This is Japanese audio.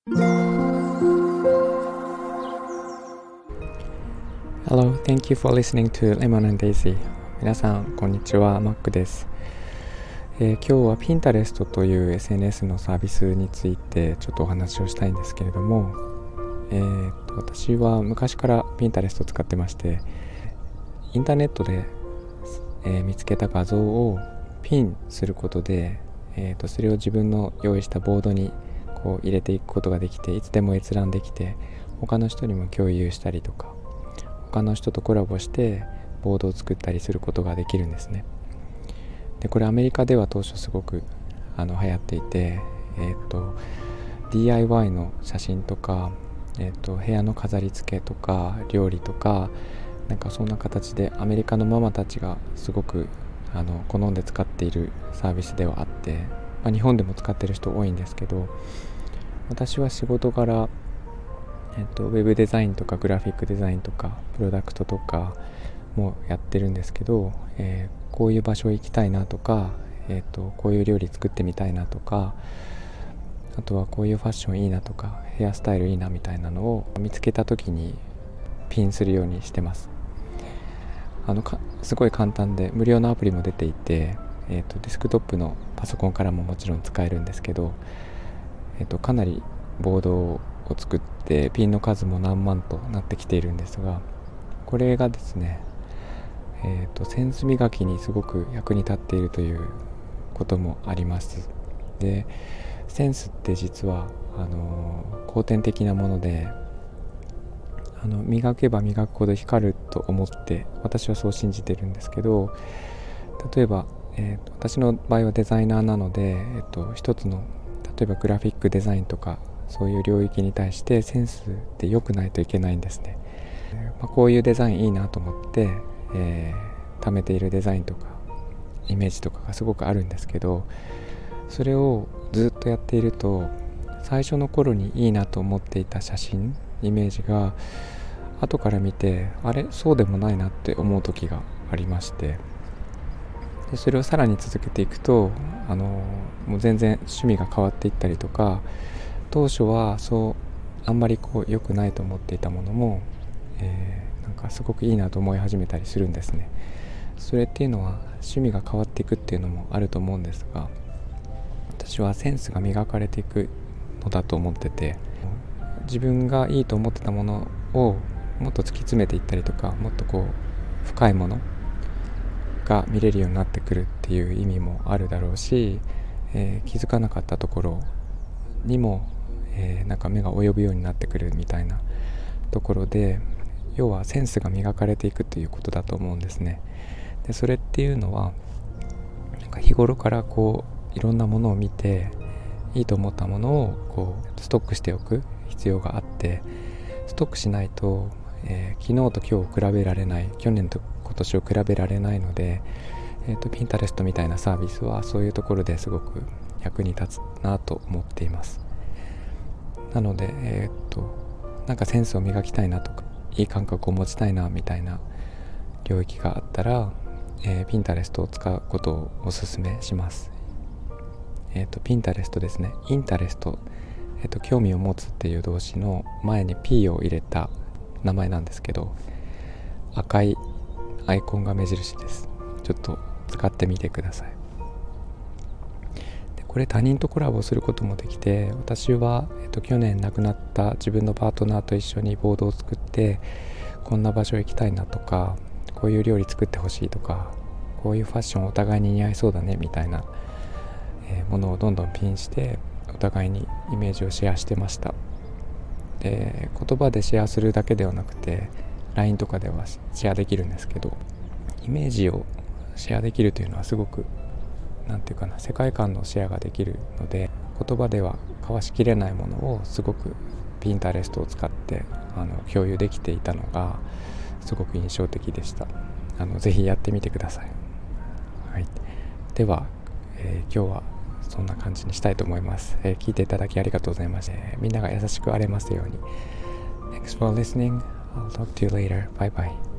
Hello, thank you for listening to Lemon and Daisy. 皆さん、こんにちは、マックです。今日は Pinterest という SNS のサービスについてちょっとお話をしたいんですけれども、私は昔から Pinterest を使ってまして、インターネットで、見つけた画像をピンすることで、それを自分の用意したボードにこう入れていくことができて、いつでも閲覧できて、他の人にも共有したりとか、他の人とコラボしてボードを作ったりすることができるんですね。でこれアメリカでは当初すごく流行っていて、DIY の写真とか、部屋の飾り付けとか料理とか、なんかそんな形でアメリカのママたちがすごく好んで使っているサービスではあって、日本でも使ってる人多いんですけど、私は仕事柄ウェブデザインとかグラフィックデザインとかプロダクトとかもやってるんですけど、こういう場所行きたいなとか、こういう料理作ってみたいなとか、あとはこういうファッションいいなとかヘアスタイルいいなみたいなのを見つけた時にピンするようにしてます。すごい簡単で無料のアプリも出ていて、デスクトップのパソコンからももちろん使えるんですけど、かなりボードを作ってピンの数も何万となってきているんですが、これがですね、センス磨きにすごく役に立っているということもあります。で、センスって実は後天的なもので、磨けば磨くほど光ると思って私はそう信じてるんですけど、例えば、私の場合はデザイナーなので、一つの例えばグラフィックデザインとかそういう領域に対してセンスって良くないといけないんですね。こういうデザインいいなと思って、貯めているデザインとかイメージとかがすごくあるんですけど、それをずっとやっていると最初の頃にいいなと思っていた写真イメージが後から見てあれそうでもないなって思う時がありまして、でそれをさらに続けていくともう全然趣味が変わっていったりとか、当初はあんまり良くないと思っていたものも、なんかすごくいいなと思い始めたりするんですね。それっていうのは趣味が変わっていくっていうのもあると思うんですが、私はセンスが磨かれていくのだと思ってて、自分がいいと思ってたものをもっと突き詰めていったりとか、もっと深いものが見れるようになってくるっていう意味もあるだろうし、気づかなかったところにも、なんか目が及ぶようになってくるみたいなところで、要はセンスが磨かれていくということだと思うんですね。でそれっていうのはなんか日頃からいろんなものを見ていいと思ったものをストックしておく必要があって、ストックしないと、昨日と今日を比べられない、去年と今年を比べられないので、Pinterest みたいなサービスはそういうところですごく役に立つなと思っています。なので、なんかセンスを磨きたいなとか、いい感覚を持ちたいなみたいな領域があったら、Pinterest を使うことをお勧めします。Pinterest ですね。インタレスト、興味を持つっていう動詞の前に P を入れた名前なんですけど、赤いアイコンが目印です。ちょっと使ってみてください。でこれ他人とコラボすることもできて、私は、去年亡くなった自分のパートナーと一緒にボードを作って、こんな場所行きたいなとか、こういう料理作ってほしいとか、こういうファッションお互いに似合いそうだねみたいな、ものをどんどんピンしてお互いにイメージをシェアしてました。で言葉でシェアするだけではなくて LINE とかではシェアできるんですけど、イメージをシェアできるというのはすごく世界観のシェアができるので、言葉では交わしきれないものをすごく Pinterest を使って共有できていたのがすごく印象的でした。ぜひやってみてください。はい、では、今日はそんな感じにしたいと思います。聞いていただきありがとうございました。みんなが優しくあれますように。Thanks for listening. I'll talk to you later. Bye bye.